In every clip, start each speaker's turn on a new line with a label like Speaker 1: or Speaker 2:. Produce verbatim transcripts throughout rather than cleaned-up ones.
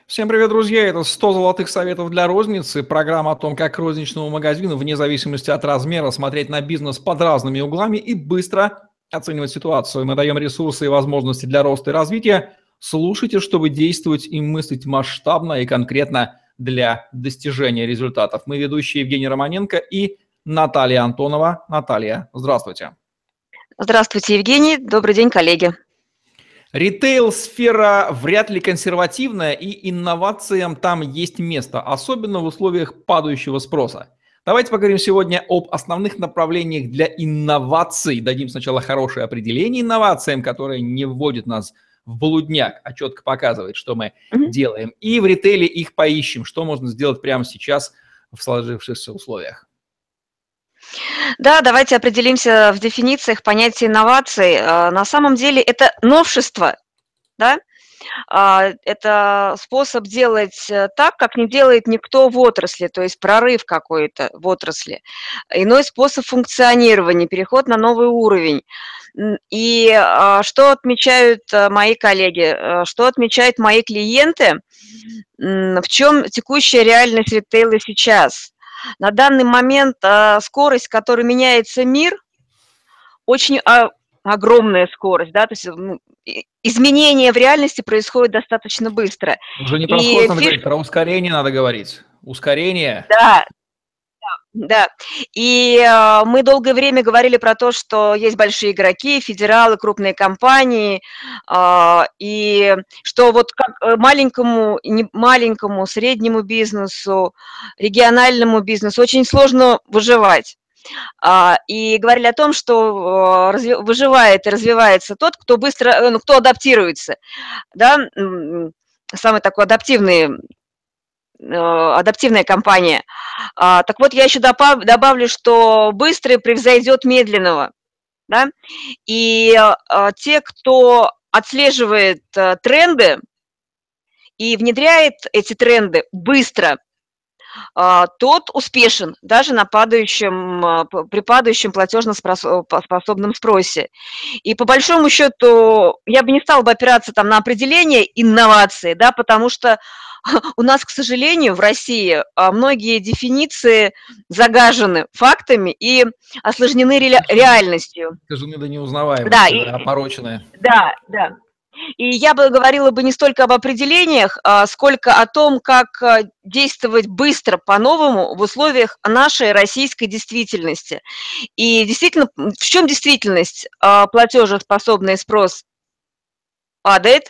Speaker 1: Всем привет, друзья! Это сто золотых советов для розницы. Программа о том, как розничному магазину, вне зависимости от размера, смотреть на бизнес под разными углами и быстро оценивать ситуацию. Мы даем ресурсы и возможности для роста и развития. Слушайте, чтобы действовать и мыслить масштабно и конкретно для достижения результатов. Мы ведущие Евгений Романенко и Наталья Антонова. Наталья, здравствуйте.
Speaker 2: Здравствуйте, Евгений. Добрый день, коллеги.
Speaker 1: Ритейл-сфера вряд ли консервативная, и инновациям там есть место, особенно в условиях падающего спроса. Давайте поговорим сегодня об основных направлениях для инноваций. Дадим сначала хорошее определение инновациям, которое не вводит нас в блудняк, а четко показывает, что мы mm-hmm. делаем. И в ритейле их поищем, что можно сделать прямо сейчас в сложившихся условиях.
Speaker 2: Да, давайте определимся в дефинициях понятия инноваций. На самом деле это новшество, да? Это способ делать так, как не делает никто в отрасли, то есть прорыв какой-то в отрасли. Иной способ функционирования, переход на новый уровень. И что отмечают мои коллеги, что отмечают мои клиенты, в чем текущая реальность ритейла сейчас? На данный момент а, скорость, с которой меняется мир, очень а, огромная скорость, да, то есть ну, изменения в реальности происходят достаточно быстро.
Speaker 1: Уже не про скорость надо говорить, про ускорение надо говорить. Ускорение.
Speaker 2: Да, да, да. И а, мы долгое время говорили про то, что есть большие игроки, федералы, крупные компании, а, и что вот как маленькому, не маленькому, среднему бизнесу, региональному бизнесу очень сложно выживать. А, и говорили о том, что разви, выживает и развивается тот, кто быстро, ну, кто адаптируется, да, самый такой адаптивный. адаптивная компания. А, так вот, я еще добав, добавлю, что быстрый превзойдет медленного. Да? И а, те, кто отслеживает а, тренды и внедряет эти тренды быстро, а, тот успешен даже на падающем, а, при падающем платежно-способном спросе. И по большому счету я бы не стала бы опираться там на определение инновации, да, потому что у нас, к сожалению, в России многие дефиниции загажены фактами и осложнены ре реальностью.
Speaker 1: Искажены до неузнаваемости,
Speaker 2: да, и,
Speaker 1: опороченные.
Speaker 2: Да, да. И я бы говорила бы не столько об определениях, сколько о том, как действовать быстро по-новому в условиях нашей российской действительности. И действительно, в чем действительность? Платежеспособный спрос падает,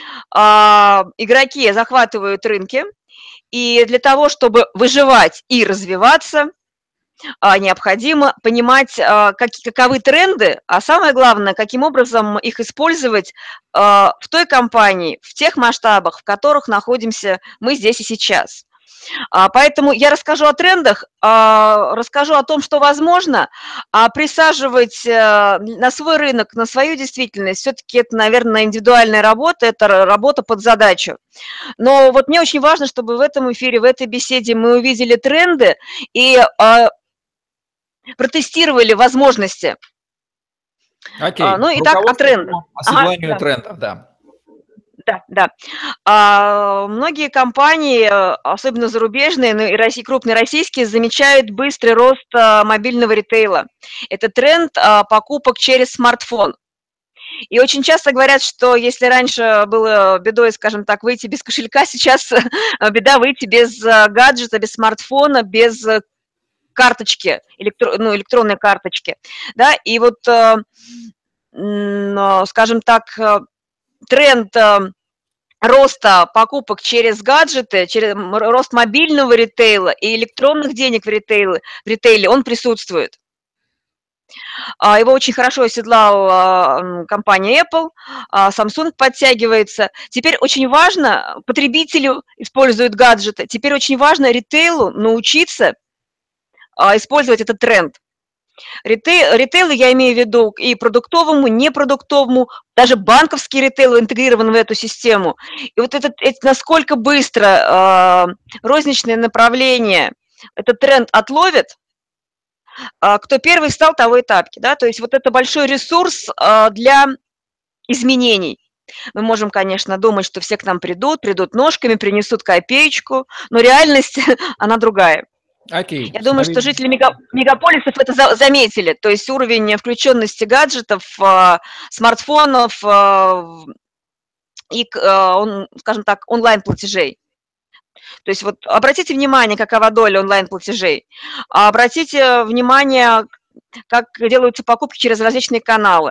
Speaker 2: игроки захватывают рынки, и для того, чтобы выживать и развиваться, необходимо понимать, каковы тренды, а самое главное, каким образом их использовать в той компании, в тех масштабах, в которых находимся мы здесь и сейчас. Поэтому я расскажу о трендах, расскажу о том, что возможно, а присаживать на свой рынок, на свою действительность, все-таки это, наверное, индивидуальная работа, это работа под задачу. Но вот мне очень важно, чтобы в этом эфире, в этой беседе мы увидели тренды и протестировали возможности.
Speaker 1: Окей.
Speaker 2: Ну, итак, о трендах.
Speaker 1: Оседланию ага, трендов, да.
Speaker 2: Да, да. А, многие компании, особенно зарубежные, ну и России, крупные российские, замечают быстрый рост а, мобильного ритейла. Это тренд а, покупок через смартфон. И очень часто говорят, что если раньше было бедой, скажем так, выйти без кошелька, сейчас беда выйти без гаджета, без смартфона, без карточки, электро, ну, электронной карточки. Да? И вот, скажем так, тренд роста покупок через гаджеты, через рост мобильного ритейла и электронных денег в ритейле, в ритейле он присутствует. Его очень хорошо оседлала компания Apple, Samsung подтягивается. Теперь очень важно, потребителю используют гаджеты, теперь очень важно ритейлу научиться использовать этот тренд. Ритейл, ритейл, я имею в виду и продуктовому, непродуктовому, даже банковский ритейл интегрирован в эту систему. И вот это, это насколько быстро э, розничное направление этот тренд отловит, э, кто первый встал, того и тапки. Да? То есть вот это большой ресурс э, для изменений. Мы можем, конечно, думать, что все к нам придут, придут ножками, принесут копеечку, но реальность, она другая.
Speaker 1: Окей.
Speaker 2: Я думаю, что
Speaker 1: Смотри.
Speaker 2: жители мега мегаполисов это за заметили. То есть уровень включенности гаджетов, а, смартфонов, а, в и к а, он, скажем так, онлайн-платежей. То есть вот обратите внимание, какова доля онлайн-платежей. Обратите внимание, как делаются покупки через различные каналы.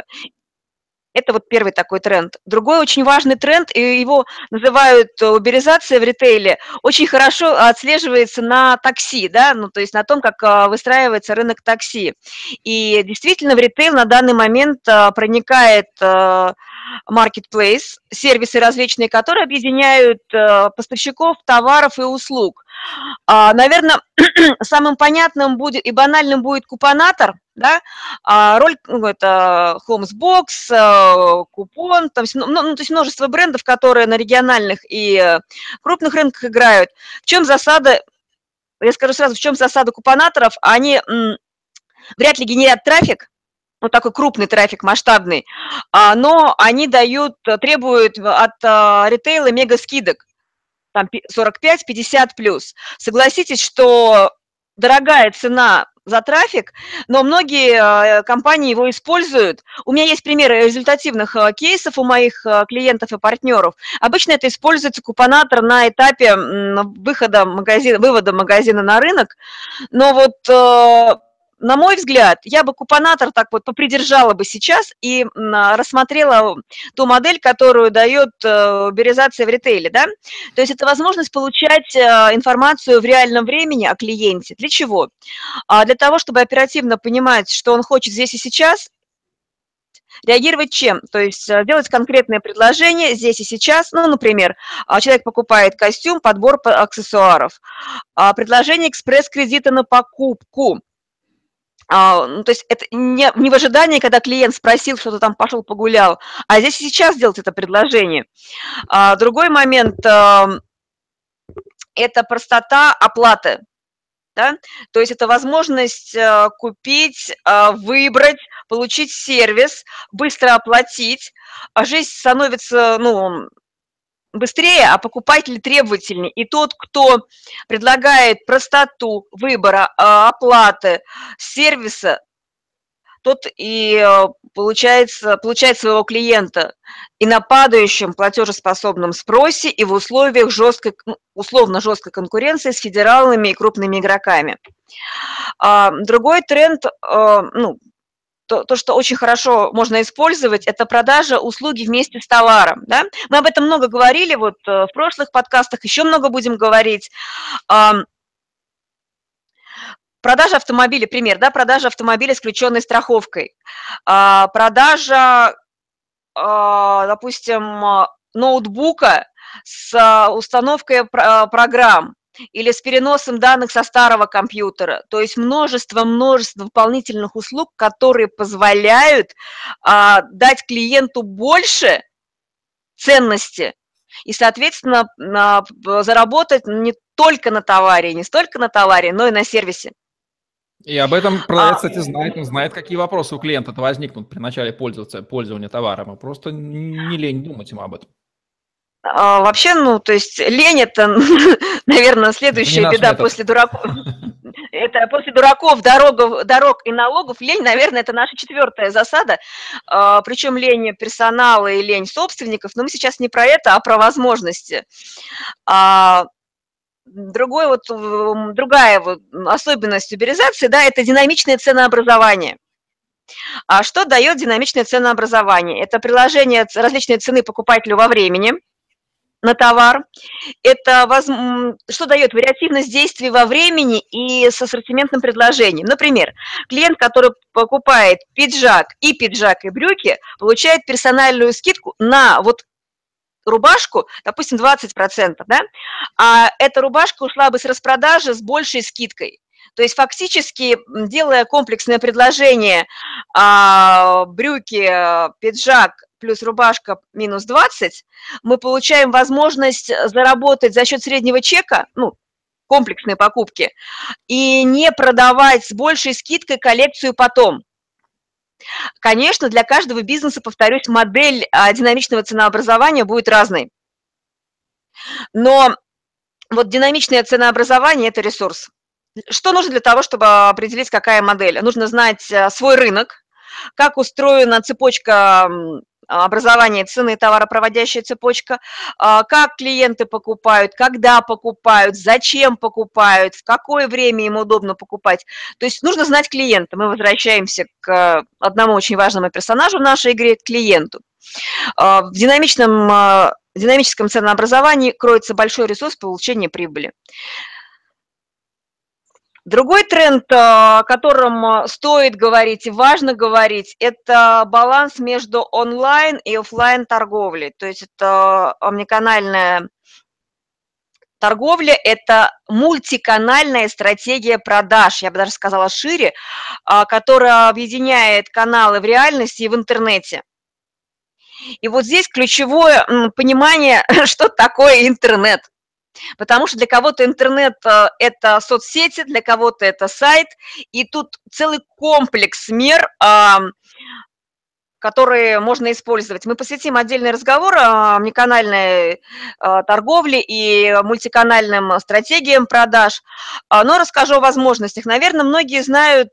Speaker 2: Это вот первый такой тренд. Другой очень важный тренд, и его называют уберизация в ритейле, очень хорошо отслеживается на такси, да, ну, то есть на том, как а, выстраивается рынок такси. И действительно в ритейл на данный момент а, проникает а, marketplace, сервисы различные, которые объединяют а, поставщиков товаров и услуг. А, наверное, самым понятным будет и банальным будет купонатор, да, а, роль, ну, это Homesbox, а, Купон, там, ну, ну, то есть множество брендов, которые на региональных и э, крупных рынках играют. В чем засада, я скажу сразу, в чем засада купонаторов? Они м, вряд ли генерят трафик, ну, такой крупный трафик, масштабный, а, но они дают, требуют от а, ритейла мега скидок, там сорок пять пятьдесят плюс. Согласитесь, что дорогая цена за трафик, но многие э, компании его используют. У меня есть примеры результативных э, кейсов у моих э, клиентов и партнеров. Обычно это используется купонатор на этапе м, выхода магазина, вывода магазина на рынок, но вот э, на мой взгляд, я бы купонатор так вот попридержала бы сейчас и м, рассмотрела ту модель, которую дает э, уберизация в ритейле, да? То есть это возможность получать э, информацию в реальном времени о клиенте. Для чего? А для того, чтобы оперативно понимать, что он хочет здесь и сейчас, реагировать чем? То есть э, делать конкретное предложение здесь и сейчас. Ну, например, а, человек покупает костюм, подбор по- аксессуаров. А, Предложение экспресс-кредита на покупку. А, ну, то есть это не, не в ожидании, когда клиент спросил, что-то там пошел погулял, а здесь и сейчас сделать это предложение. А, другой момент а, – это простота оплаты. Да? То есть это возможность а, купить, а, выбрать, получить сервис, быстро оплатить. А жизнь становится, ну, быстрее, а покупатель требовательнее. И тот, кто предлагает простоту выбора, а, оплаты, сервиса, тот и э, получается, получает своего клиента и на падающем платежеспособном спросе, и в условиях жесткой, ну, условно жесткой конкуренции с федералами и крупными игроками. А, другой тренд, э, ну, то, то, что очень хорошо можно использовать, это продажа услуги вместе с товаром. Да? Мы об этом много говорили вот э, в прошлых подкастах, еще много будем говорить. А, Продажа автомобиля, пример, да, продажа автомобиля с включенной страховкой, а, продажа, а, допустим, а, ноутбука с а, установкой про- а, программ или с переносом данных со старого компьютера. То есть множество-множество дополнительных услуг, которые позволяют а, дать клиенту больше ценности и, соответственно, на- заработать не только на товаре, не столько на товаре, но и на сервисе.
Speaker 1: И об этом продавец,
Speaker 2: А,
Speaker 1: кстати, знает, он знает, какие вопросы у клиента возникнут при начале пользоваться, пользования товаром. И просто не лень думать ему об этом.
Speaker 2: а, Вообще, ну, то есть лень – это, наверное,
Speaker 1: Это не
Speaker 2: следующая
Speaker 1: наш
Speaker 2: беда
Speaker 1: метод.
Speaker 2: после дураков. Это после дураков, дорог, дорог и налогов. Лень, наверное, это наша четвертая засада. А, Причем лень персонала и лень собственников. Но мы сейчас не про это, а про возможности. А, Другой вот, м, другая вот особенность уберизации, да, это динамичное ценообразование. А что дает динамичное ценообразование? Это приложение ц- различной цены покупателю во времени на товар. Это воз- м, что дает вариативность действий во времени и с ассортиментным предложением. Например, клиент, который покупает пиджак и пиджак и брюки, получает персональную скидку на вот рубашку, допустим, двадцать процентов, да, а эта рубашка ушла бы с распродажи с большей скидкой. То есть фактически, м, делая комплексное предложение, а, брюки, а, пиджак плюс рубашка минус двадцать, мы получаем возможность заработать за счет среднего чека, ну, комплексной покупки, и не продавать с большей скидкой коллекцию потом. Конечно, для каждого бизнеса, повторюсь, модель динамичного ценообразования будет разной. Но вот динамичное ценообразование – это ресурс. Что нужно для того, чтобы определить, какая модель? Нужно знать свой рынок, как устроена цепочка образования цены, товаропроводящая цепочка, как клиенты покупают, когда покупают, зачем покупают, в какое время им удобно покупать. То есть нужно знать клиента. Мы возвращаемся к одному очень важному персонажу в нашей игре – к клиенту. В динамичном, в динамическом ценообразовании кроется большой ресурс получения прибыли. Другой тренд, о котором стоит говорить и важно говорить, это баланс между онлайн и офлайн торговлей. То есть это омниканальная торговля, это мультиканальная стратегия продаж, я бы даже сказала шире, которая объединяет каналы в реальности и в интернете. И вот здесь ключевое понимание, что такое интернет. Потому что для кого-то интернет – это соцсети, для кого-то это сайт, и тут целый комплекс мер, которые можно использовать. Мы посвятим отдельный разговор омниканальной торговле и мультиканальным стратегиям продаж, но расскажу о возможностях. Наверное, многие знают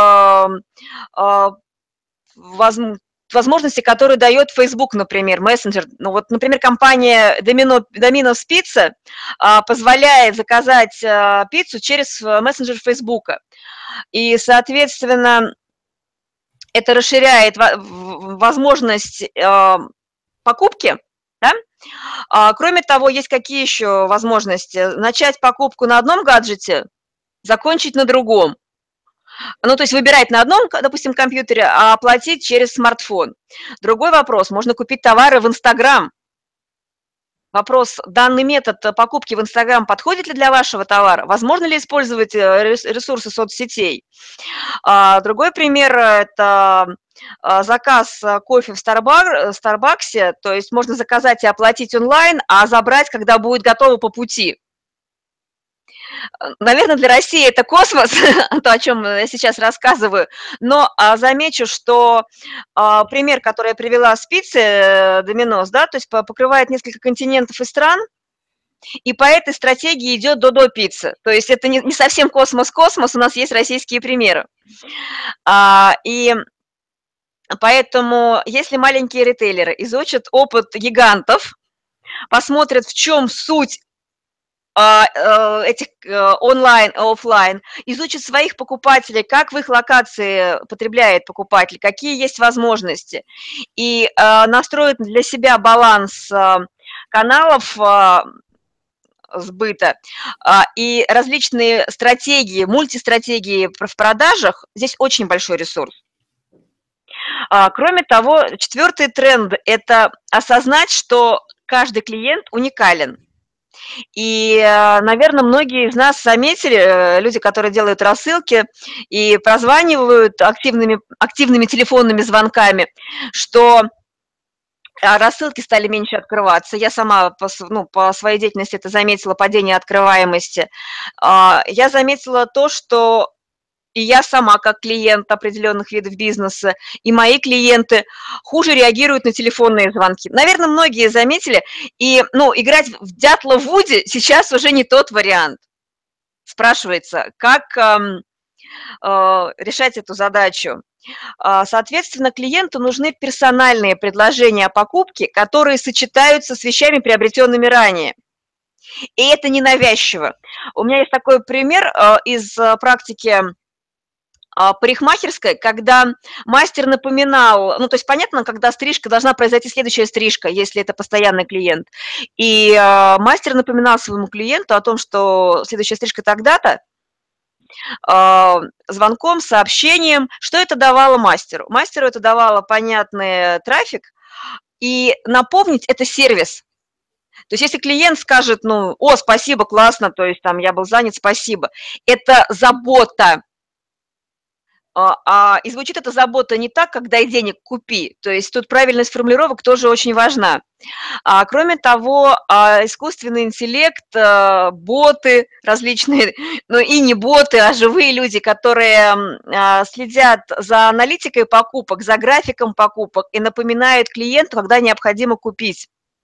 Speaker 2: возможности, возможности, которые дает Facebook, например, мессенджер. Ну, вот, например, компания Domino, Domino's Pizza а, позволяет заказать а, пиццу через мессенджер Facebook. И, соответственно, это расширяет возможность а, покупки. Да? А, кроме того, есть какие еще возможности? Начать покупку на одном гаджете, закончить на другом. Ну, то есть выбирать на одном, допустим, компьютере, а оплатить через смартфон. Другой вопрос, можно купить товары в Инстаграм. Вопрос, данный метод покупки в Инстаграм подходит ли для вашего товара? Возможно ли использовать ресурсы соцсетей? Другой пример – это заказ кофе в Старбаксе, то есть можно заказать и оплатить онлайн, а забрать, когда будет готово по пути. Наверное, для России это космос, то, о чем я сейчас рассказываю, но а, замечу, что а, пример, который я привела с пиццы Domino's, да, то есть покрывает несколько континентов и стран, и по этой стратегии идет Додо пицца. То есть это не, не совсем космос-космос, у нас есть российские примеры. А, и поэтому, если маленькие ритейлеры изучат опыт гигантов, посмотрят, в чем суть этих онлайн и офлайн, изучит своих покупателей, как в их локации потребляет покупатель, какие есть возможности, и настроит для себя баланс каналов сбыта и различные стратегии, мультистратегии в продажах, здесь очень большой ресурс. Кроме того, четвертый тренд – это осознать, что каждый клиент уникален. И, наверное, многие из нас заметили, люди, которые делают рассылки и прозванивают активными, активными телефонными звонками, что рассылки стали меньше открываться. Я сама по, ну, по своей деятельности это заметила, падение открываемости. Я заметила то, что и я сама, как клиент определенных видов бизнеса, и мои клиенты хуже реагируют на телефонные звонки. Наверное, многие заметили, и ну, играть в дятла Вуди сейчас уже не тот вариант. Спрашивается, как э, э, решать эту задачу. Соответственно, клиенту нужны персональные предложения о покупке, которые сочетаются с вещами, приобретенными ранее. И это ненавязчиво. У меня есть такой пример э, из практики парикмахерской, когда мастер напоминал, ну, то есть понятно, когда стрижка, должна произойти следующая стрижка, если это постоянный клиент, и э, мастер напоминал своему клиенту о том, что следующая стрижка тогда-то, э, звонком, сообщением, что это давало мастеру? Мастеру это давало понятный трафик, и напомнить – это сервис. То есть если клиент скажет, ну, о, спасибо, классно, то есть там я был занят, спасибо, это забота. А, и звучит эта забота не так, как «дай денег, купи». То есть тут правильность формулировок тоже очень важна. А, кроме того, а, искусственный интеллект, а, боты различные, ну и не боты, а живые люди, которые а, следят за аналитикой покупок, за графиком покупок и напоминают клиенту, когда необходимо купить.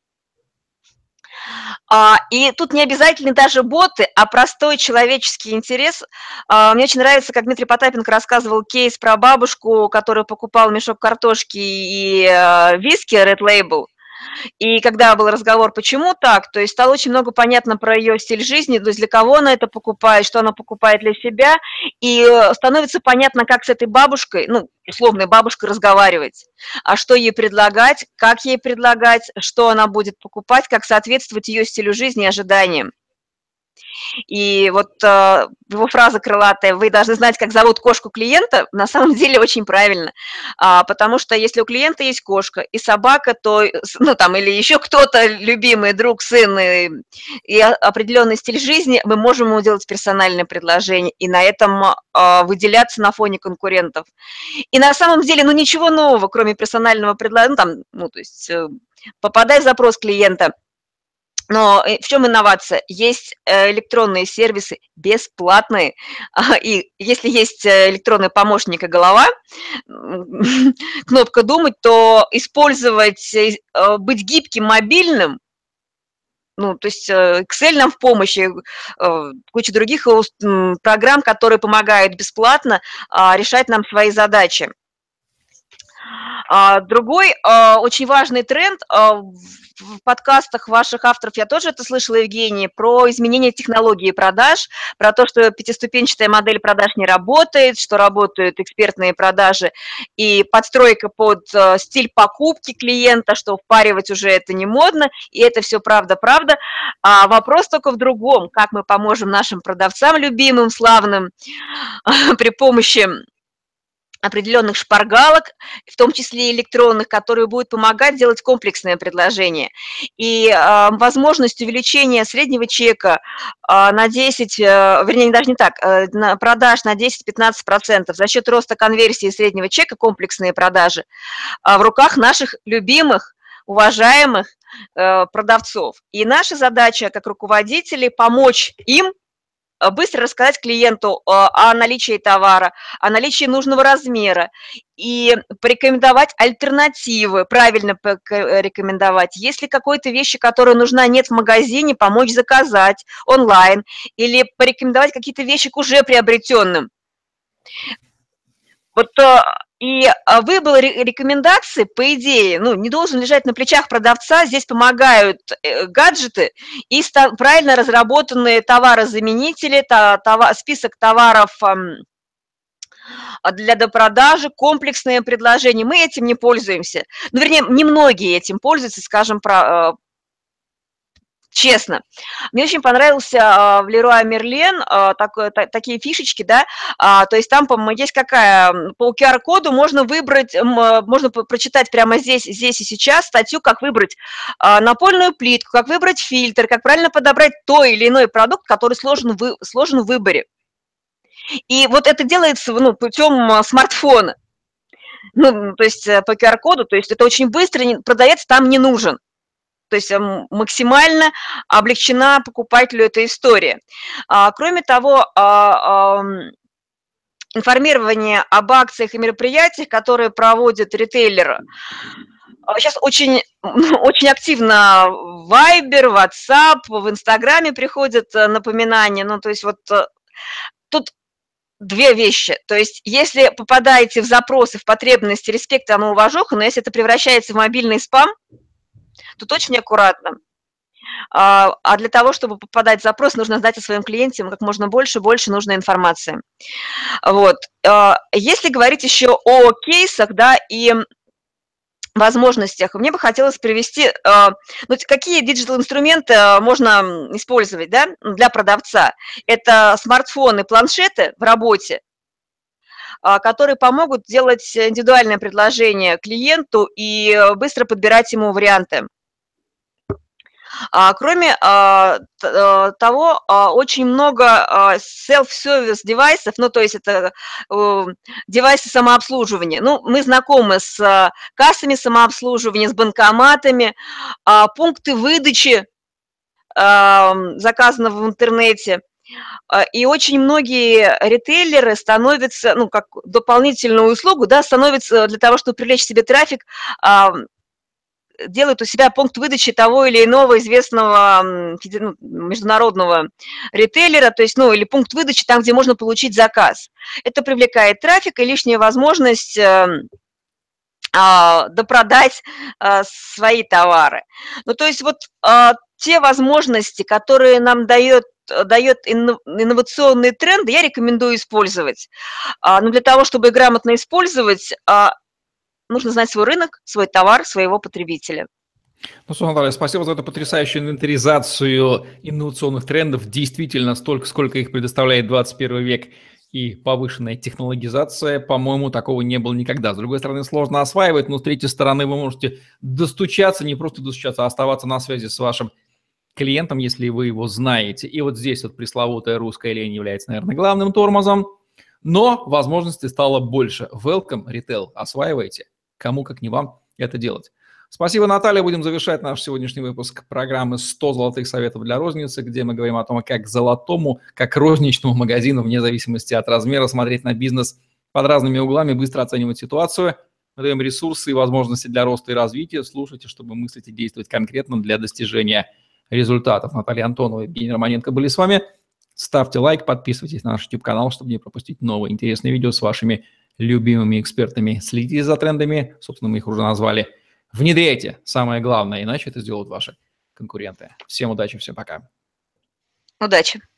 Speaker 2: А, и тут не обязательно даже боты, а простой человеческий интерес. А, мне очень нравится, как Дмитрий Потапенко рассказывал кейс про бабушку, которая покупала мешок картошки и э, виски Red Label. И когда был разговор, почему так, то есть стало очень много понятно про ее стиль жизни, то есть для кого она это покупает, что она покупает для себя, и становится понятно, как с этой бабушкой, ну, условной бабушкой разговаривать, а что ей предлагать, как ей предлагать, что она будет покупать, как соответствовать ее стилю жизни и ожиданиям. И вот э, его фраза крылатая «вы должны знать, как зовут кошку клиента» на самом деле очень правильно, а, потому что если у клиента есть кошка и собака, то, ну там, или еще кто-то, любимый друг, сын и, и определенный стиль жизни, мы можем ему делать персональное предложение и на этом э, выделяться на фоне конкурентов. И на самом деле, ну ничего нового, кроме персонального предложения, ну, там, ну то есть э, попадай в запрос клиента. Но в чем инновация? Есть электронные сервисы бесплатные, и если есть электронный помощник и голова, кнопка «Думать», то использовать, быть гибким, мобильным, ну, то есть Excel нам в помощи, куча других программ, которые помогают бесплатно решать нам свои задачи. Другой очень важный тренд в подкастах ваших авторов, я тоже это слышала, Евгений, про изменение технологии продаж, про то, что пятиступенчатая модель продаж не работает, что работают экспертные продажи и подстройка под стиль покупки клиента, что впаривать уже это не модно, и это все правда-правда. А вопрос только в другом, как мы поможем нашим продавцам любимым, славным, при помощи определенных шпаргалок, в том числе электронных, которые будут помогать делать комплексное предложение. И э, возможность увеличения среднего чека э, на десять, э, вернее, даже не так, э, на продаж на десять-пятнадцать процентов за счет роста конверсии среднего чека, комплексные продажи, э, в руках наших любимых, уважаемых э, продавцов. И наша задача, как руководителей, помочь им быстро рассказать клиенту о наличии товара, о наличии нужного размера и порекомендовать альтернативы, правильно порекомендовать. Если какой-то вещи, которая нужна, нет в магазине, помочь заказать онлайн или порекомендовать какие-то вещи к уже приобретенным. Вот и выбор рекомендаций, по идее, ну, не должен лежать на плечах продавца, здесь помогают гаджеты и правильно разработанные товарозаменители, список товаров для допродажи, комплексные предложения. Мы этим не пользуемся. Ну, вернее, немногие этим пользуются, скажем, про... Честно. Мне очень понравился в Леруа Мерлен такой, та, такие фишечки, да, а, то есть там, по-моему, есть какая, по ку ар-коду можно выбрать, можно прочитать прямо здесь, здесь и сейчас статью, как выбрать а, напольную плитку, как выбрать фильтр, как правильно подобрать той или иной продукт, который сложен в, сложен в выборе. И вот это делается, ну, путем смартфона, ну, то есть по ку ар-коду, то есть это очень быстро, продавец там не нужен. То есть максимально облегчена покупателю эта история. Кроме того, информирование об акциях и мероприятиях, которые проводит ритейлер, сейчас очень, очень активно в Viber, WhatsApp, в Инстаграме приходят напоминания. Ну, то есть вот тут две вещи. То есть если попадаете в запросы, в потребности, респект, оно уважуха, но если это превращается в мобильный спам, тут очень аккуратно. А для того, чтобы попадать в запрос, нужно знать о своем клиенте как можно больше, больше нужной информации. Вот. Если говорить еще о кейсах, да, и возможностях, мне бы хотелось привести, ну, какие диджитал-инструменты можно использовать, да, для продавца. Это смартфоны, планшеты в работе, которые помогут делать индивидуальное предложение клиенту и быстро подбирать ему варианты. А, кроме а, т- а, того, а, очень много а, self-service девайсов, ну, то есть это э, девайсы самообслуживания. Ну, мы знакомы с а, кассами самообслуживания, с банкоматами, а, пункты выдачи а, заказанного в интернете. А, И очень многие ритейлеры становятся, ну, как дополнительную услугу, да, становятся для того, чтобы привлечь себе трафик, а, делают у себя пункт выдачи того или иного известного м, феде- ну, международного ритейлера, то есть, ну, или пункт выдачи там, где можно получить заказ. Это привлекает трафик и лишняя возможность эм, а, допродать а, свои товары. Ну, то есть вот а, те возможности, которые нам дает дает инно- инновационные тренды, я рекомендую использовать. А, Но для того, чтобы грамотно использовать, а, нужно знать свой рынок, свой товар, своего потребителя.
Speaker 1: Ну что, Наталья, спасибо за эту потрясающую инвентаризацию инновационных трендов. Действительно, столько, сколько их предоставляет двадцать первый век и повышенная технологизация, по-моему, такого не было никогда. С другой стороны, сложно осваивать, но с третьей стороны, вы можете достучаться, не просто достучаться, а оставаться на связи с вашим клиентом, если вы его знаете. И вот здесь вот пресловутая русская лень является, наверное, главным тормозом. Но возможностей стало больше. Welcome, retail. Осваивайте. Кому, как не вам, это делать. Спасибо, Наталья. Будем завершать наш сегодняшний выпуск программы сто золотых советов для розницы, где мы говорим о том, как золотому, как розничному магазину, вне зависимости от размера, смотреть на бизнес под разными углами, быстро оценивать ситуацию. Мы даем ресурсы и возможности для роста и развития. Слушайте, чтобы мыслить и действовать конкретно для достижения результатов. Наталья Антонова и Евгений Романенко были с вами. Ставьте лайк, подписывайтесь на наш YouTube-канал, чтобы не пропустить новые интересные видео с вашими любимыми экспертами. Следите за трендами, собственно, мы их уже назвали. Внедряйте, самое главное, иначе это сделают ваши конкуренты. Всем удачи, всем пока.
Speaker 2: Удачи!